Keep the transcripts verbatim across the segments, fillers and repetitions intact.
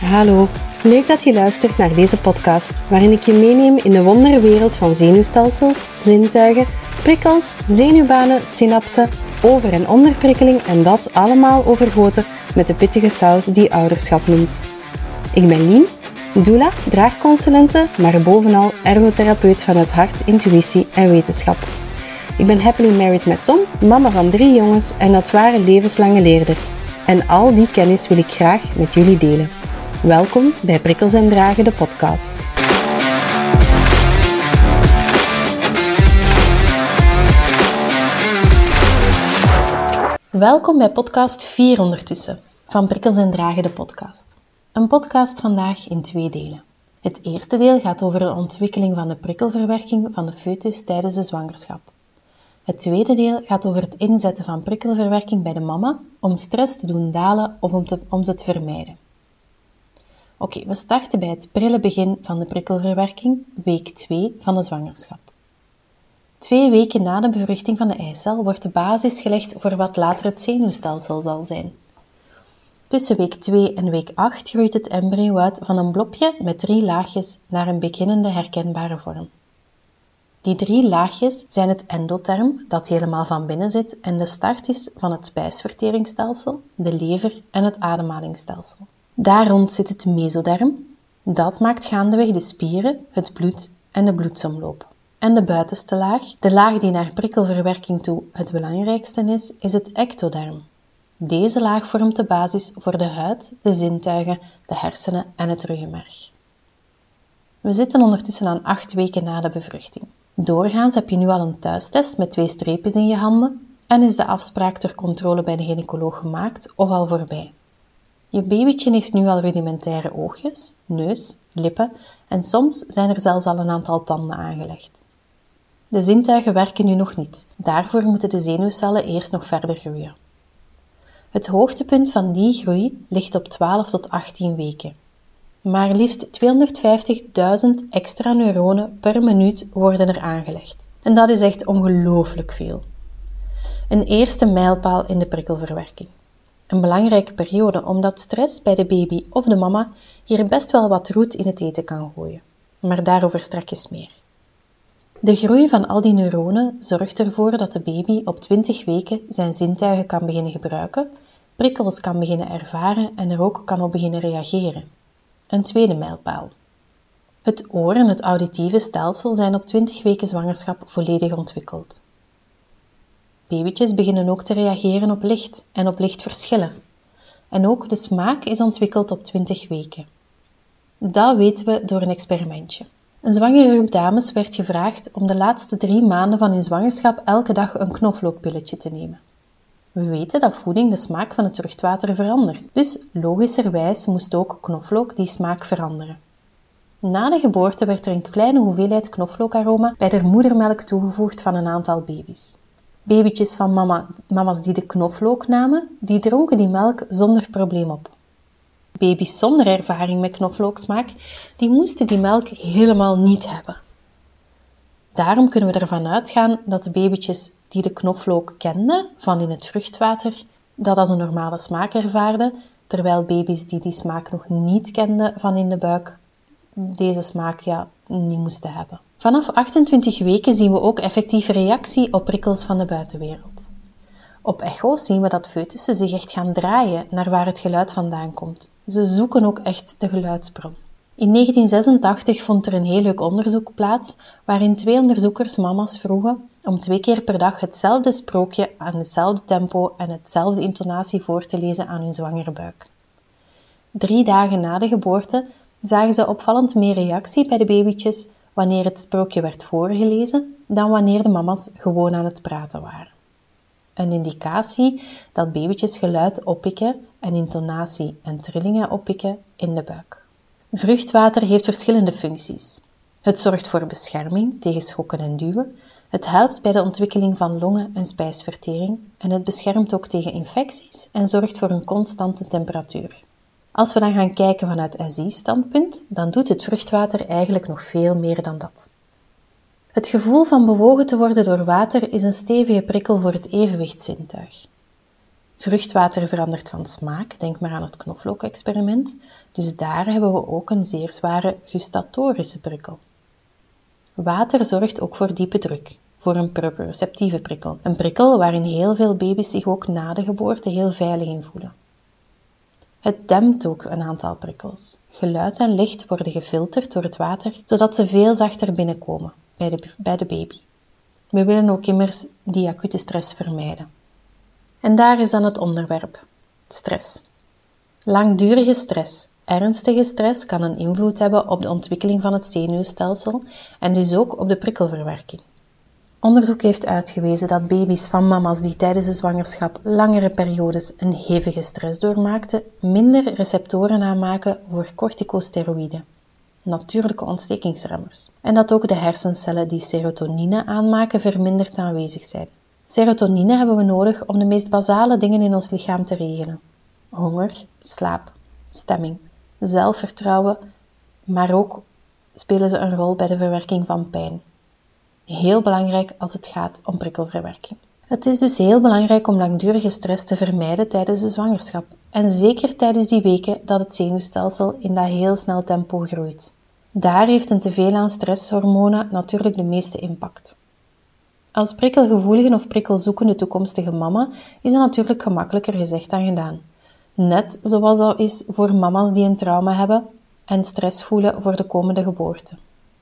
Hallo, leuk dat je luistert naar deze podcast, waarin ik je meeneem in de wonderwereld van zenuwstelsels, zintuigen, prikkels, zenuwbanen, synapsen, over- en onderprikkeling en dat allemaal overgoten met de pittige saus die ouderschap noemt. Ik ben Lien, doula, draagconsulente, maar bovenal ergotherapeut van het hart, intuïtie en wetenschap. Ik ben happily married met Tom, mama van drie jongens en notoire levenslange leerder. En al die kennis wil ik graag met jullie delen. Welkom bij Prikkels en Dragen, de podcast. Welkom bij podcast vier ondertussen, van Prikkels en Dragen, de podcast. Een podcast vandaag in twee delen. Het eerste deel gaat over de ontwikkeling van de prikkelverwerking van de foetus tijdens de zwangerschap. Het tweede deel gaat over het inzetten van prikkelverwerking bij de mama om stress te doen dalen of om, te, om ze te vermijden. Oké, okay, we starten bij het prille begin van de prikkelverwerking, week twee van de zwangerschap. Twee weken na de bevruchting van de eicel wordt de basis gelegd voor wat later het zenuwstelsel zal zijn. Tussen week twee en week acht groeit het embryo uit van een blobje met drie laagjes naar een beginnende herkenbare vorm. Die drie laagjes zijn het endotherm, dat helemaal van binnen zit en de start is van het spijsverteringsstelsel, de lever en het ademhalingsstelsel. Daar rond zit het mesoderm, dat maakt gaandeweg de spieren, het bloed en de bloedsomloop. En de buitenste laag, de laag die naar prikkelverwerking toe het belangrijkste is, is het ectoderm. Deze laag vormt de basis voor de huid, de zintuigen, de hersenen en het ruggenmerg. We zitten ondertussen aan acht weken na de bevruchting. Doorgaans heb je nu al een thuistest met twee streepjes in je handen en is de afspraak ter controle bij de gynaecoloog gemaakt of al voorbij. Je babytje heeft nu al rudimentaire oogjes, neus, lippen en soms zijn er zelfs al een aantal tanden aangelegd. De zintuigen werken nu nog niet, daarvoor moeten de zenuwcellen eerst nog verder groeien. Het hoogtepunt van die groei ligt op twaalf tot achttien weken. Maar liefst tweehonderdvijftigduizend extra neuronen per minuut worden er aangelegd. En dat is echt ongelooflijk veel. Een eerste mijlpaal in de prikkelverwerking. Een belangrijke periode omdat stress bij de baby of de mama hier best wel wat roet in het eten kan gooien. Maar daarover straks meer. De groei van al die neuronen zorgt ervoor dat de baby op twintig weken zijn zintuigen kan beginnen gebruiken, prikkels kan beginnen ervaren en er ook kan op beginnen reageren. Een tweede mijlpaal. Het oor en het auditieve stelsel zijn op twintig weken zwangerschap volledig ontwikkeld. Babytjes beginnen ook te reageren op licht en op lichtverschillen. En ook de smaak is ontwikkeld op twintig weken. Dat weten we door een experimentje. Een zwangere groep dames werd gevraagd om de laatste drie maanden van hun zwangerschap elke dag een knoflookpilletje te nemen. We weten dat voeding de smaak van het vruchtwater verandert, dus logischerwijs moest ook knoflook die smaak veranderen. Na de geboorte werd er een kleine hoeveelheid knoflookaroma bij de moedermelk toegevoegd van een aantal baby's. Babytjes van mama, mama's die de knoflook namen, die dronken die melk zonder probleem op. Baby's zonder ervaring met knoflooksmaak, die moesten die melk helemaal niet hebben. Daarom kunnen we ervan uitgaan dat de babytjes die de knoflook kenden van in het vruchtwater, dat als een normale smaak ervaarden, terwijl baby's die die smaak nog niet kenden van in de buik, deze smaak ja, niet moesten hebben. Vanaf achtentwintig weken zien we ook effectieve reactie op prikkels van de buitenwereld. Op echo's zien we dat foetussen zich echt gaan draaien naar waar het geluid vandaan komt. Ze zoeken ook echt de geluidsbron. In negentien zesentachtig vond er een heel leuk onderzoek plaats, waarin twee onderzoekers mama's vroegen om twee keer per dag hetzelfde sprookje aan hetzelfde tempo en hetzelfde intonatie voor te lezen aan hun zwangere buik. Drie dagen na de geboorte zagen ze opvallend meer reactie bij de babytjes wanneer het sprookje werd voorgelezen dan wanneer de mama's gewoon aan het praten waren. Een indicatie dat babytjes geluid oppikken en intonatie en trillingen oppikken in de buik. Vruchtwater heeft verschillende functies. Het zorgt voor bescherming tegen schokken en duwen, het helpt bij de ontwikkeling van longen- en spijsvertering en het beschermt ook tegen infecties en zorgt voor een constante temperatuur. Als we dan gaan kijken vanuit S I-standpunt, dan doet het vruchtwater eigenlijk nog veel meer dan dat. Het gevoel van bewogen te worden door water is een stevige prikkel voor het evenwichtszintuig. Vruchtwater verandert van smaak, denk maar aan het knoflook-experiment, dus daar hebben we ook een zeer zware gustatorische prikkel. Water zorgt ook voor diepe druk, voor een proprioceptieve prikkel, een prikkel waarin heel veel baby's zich ook na de geboorte heel veilig in voelen. Het dempt ook een aantal prikkels. Geluid en licht worden gefilterd door het water, zodat ze veel zachter binnenkomen bij de, bij de baby. We willen ook immers die acute stress vermijden. En daar is dan het onderwerp: stress. Langdurige stress, ernstige stress kan een invloed hebben op de ontwikkeling van het zenuwstelsel en dus ook op de prikkelverwerking. Onderzoek heeft uitgewezen dat baby's van mama's die tijdens de zwangerschap langere periodes een hevige stress doormaakten, minder receptoren aanmaken voor corticosteroïden, natuurlijke ontstekingsremmers, en dat ook de hersencellen die serotonine aanmaken verminderd aanwezig zijn. Serotonine hebben we nodig om de meest basale dingen in ons lichaam te regelen. Honger, slaap, stemming, zelfvertrouwen, maar ook spelen ze een rol bij de verwerking van pijn. Heel belangrijk als het gaat om prikkelverwerking. Het is dus heel belangrijk om langdurige stress te vermijden tijdens de zwangerschap. En zeker tijdens die weken dat het zenuwstelsel in dat heel snel tempo groeit. Daar heeft een teveel aan stresshormonen natuurlijk de meeste impact. Als prikkelgevoelige of prikkelzoekende toekomstige mama is dat natuurlijk gemakkelijker gezegd dan gedaan. Net zoals dat is voor mama's die een trauma hebben en stress voelen voor de komende geboorte.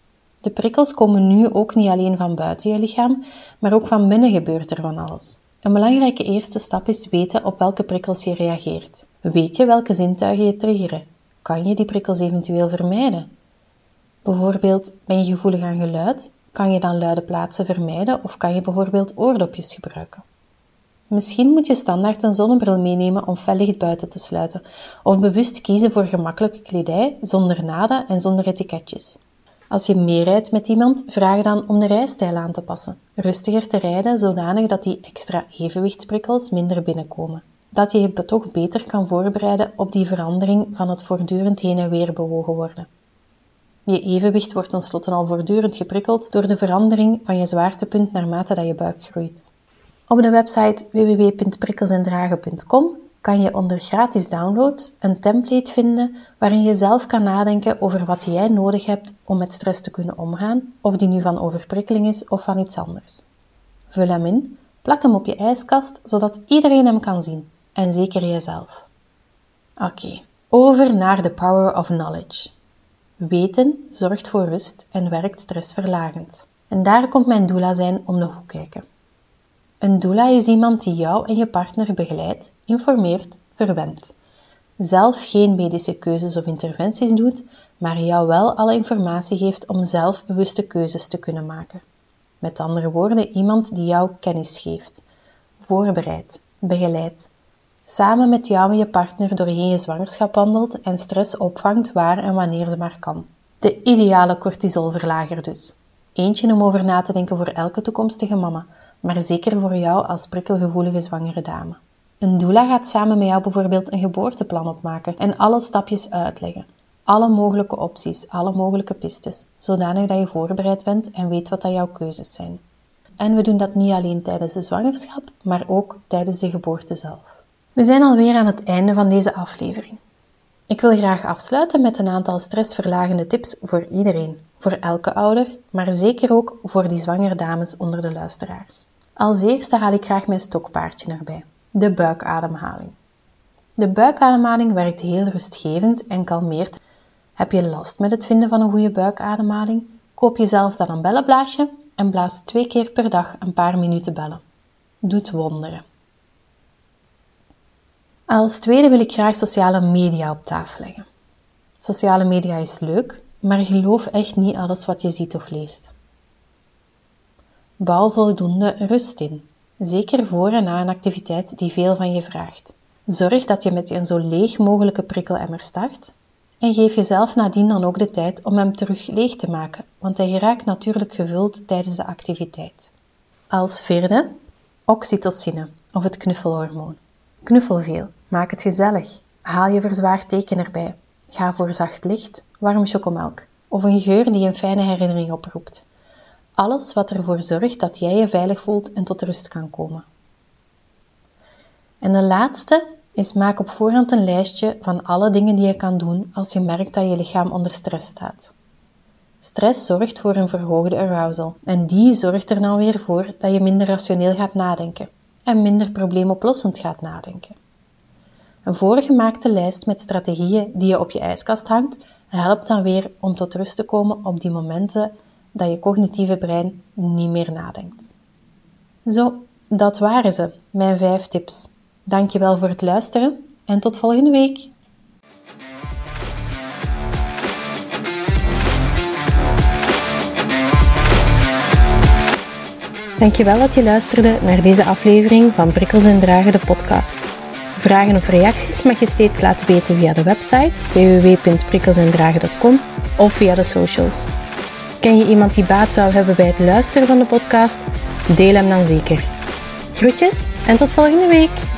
De prikkels komen nu ook niet alleen van buiten je lichaam, maar ook van binnen gebeurt er van alles. Een belangrijke eerste stap is weten op welke prikkels je reageert. Weet je welke zintuigen je triggeren? Kan je die prikkels eventueel vermijden? Bijvoorbeeld, ben je gevoelig aan geluid? Kan je dan luide plaatsen vermijden of kan je bijvoorbeeld oordopjes gebruiken? Misschien moet je standaard een zonnebril meenemen om fel licht buiten te sluiten, of bewust kiezen voor gemakkelijke kledij, zonder naden en zonder etiketjes. Als je meerijdt met iemand, vraag dan om de rijstijl aan te passen. Rustiger te rijden, zodanig dat die extra evenwichtsprikkels minder binnenkomen. Dat je je toch beter kan voorbereiden op die verandering van het voortdurend heen en weer bewogen worden. Je evenwicht wordt tenslotte al voortdurend geprikkeld door de verandering van je zwaartepunt naarmate dat je buik groeit. Op de website w w w punt prikkelsendragen punt com kan je onder gratis downloads een template vinden waarin je zelf kan nadenken over wat jij nodig hebt om met stress te kunnen omgaan, of die nu van overprikkeling is of van iets anders. Vul hem in, plak hem op je ijskast, zodat iedereen hem kan zien, en zeker jijzelf. Oké, okay, over naar the power of knowledge. Weten zorgt voor rust en werkt stressverlagend. En daar komt mijn doula zijn om de hoek kijken. Een doula is iemand die jou en je partner begeleidt, informeert, verwendt. Zelf geen medische keuzes of interventies doet, maar jou wel alle informatie geeft om zelf bewuste keuzes te kunnen maken. Met andere woorden, iemand die jou kennis geeft, voorbereidt, begeleidt. Samen met jou en je partner doorheen je zwangerschap wandelt en stress opvangt waar en wanneer ze maar kan. De ideale cortisolverlager dus. Eentje om over na te denken voor elke toekomstige mama, maar zeker voor jou als prikkelgevoelige zwangere dame. Een doula gaat samen met jou bijvoorbeeld een geboorteplan opmaken en alle stapjes uitleggen. Alle mogelijke opties, alle mogelijke pistes, zodanig dat je voorbereid bent en weet wat dat jouw keuzes zijn. En we doen dat niet alleen tijdens de zwangerschap, maar ook tijdens de geboorte zelf. We zijn alweer aan het einde van deze aflevering. Ik wil graag afsluiten met een aantal stressverlagende tips voor iedereen, voor elke ouder, maar zeker ook voor die zwangere dames onder de luisteraars. Als eerste haal ik graag mijn stokpaardje erbij, de buikademhaling. De buikademhaling werkt heel rustgevend en kalmeert. Heb je last met het vinden van een goede buikademhaling? Koop jezelf dan een bellenblaasje en blaas twee keer per dag een paar minuten bellen. Doet wonderen. Als tweede wil ik graag sociale media op tafel leggen. Sociale media is leuk, maar geloof echt niet alles wat je ziet of leest. Bouw voldoende rust in, zeker voor en na een activiteit die veel van je vraagt. Zorg dat je met een zo leeg mogelijke prikkelemmer start en geef jezelf nadien dan ook de tijd om hem terug leeg te maken, want hij geraakt natuurlijk gevuld tijdens de activiteit. Als vierde, oxytocine of het knuffelhormoon. Knuffel veel, maak het gezellig, haal je verzwaard teken erbij. Ga voor zacht licht, warm chocomelk of een geur die een fijne herinnering oproept. Alles wat ervoor zorgt dat jij je veilig voelt en tot rust kan komen. En de laatste is maak op voorhand een lijstje van alle dingen die je kan doen als je merkt dat je lichaam onder stress staat. Stress zorgt voor een verhoogde arousal en die zorgt er dan weer voor dat je minder rationeel gaat nadenken en minder probleemoplossend gaat nadenken. Een voorgemaakte lijst met strategieën die je op je ijskast hangt, helpt dan weer om tot rust te komen op die momenten dat je cognitieve brein niet meer nadenkt. Zo, dat waren ze, mijn vijf tips. Dankjewel voor het luisteren en tot volgende week. Dankjewel dat je luisterde naar deze aflevering van Prikkels en Dragen, de podcast. Vragen of reacties mag je steeds laten weten via de website w w w punt prikkels en dragen punt com of via de socials. Ken je iemand die baat zou hebben bij het luisteren van de podcast? Deel hem dan zeker. Groetjes en tot volgende week!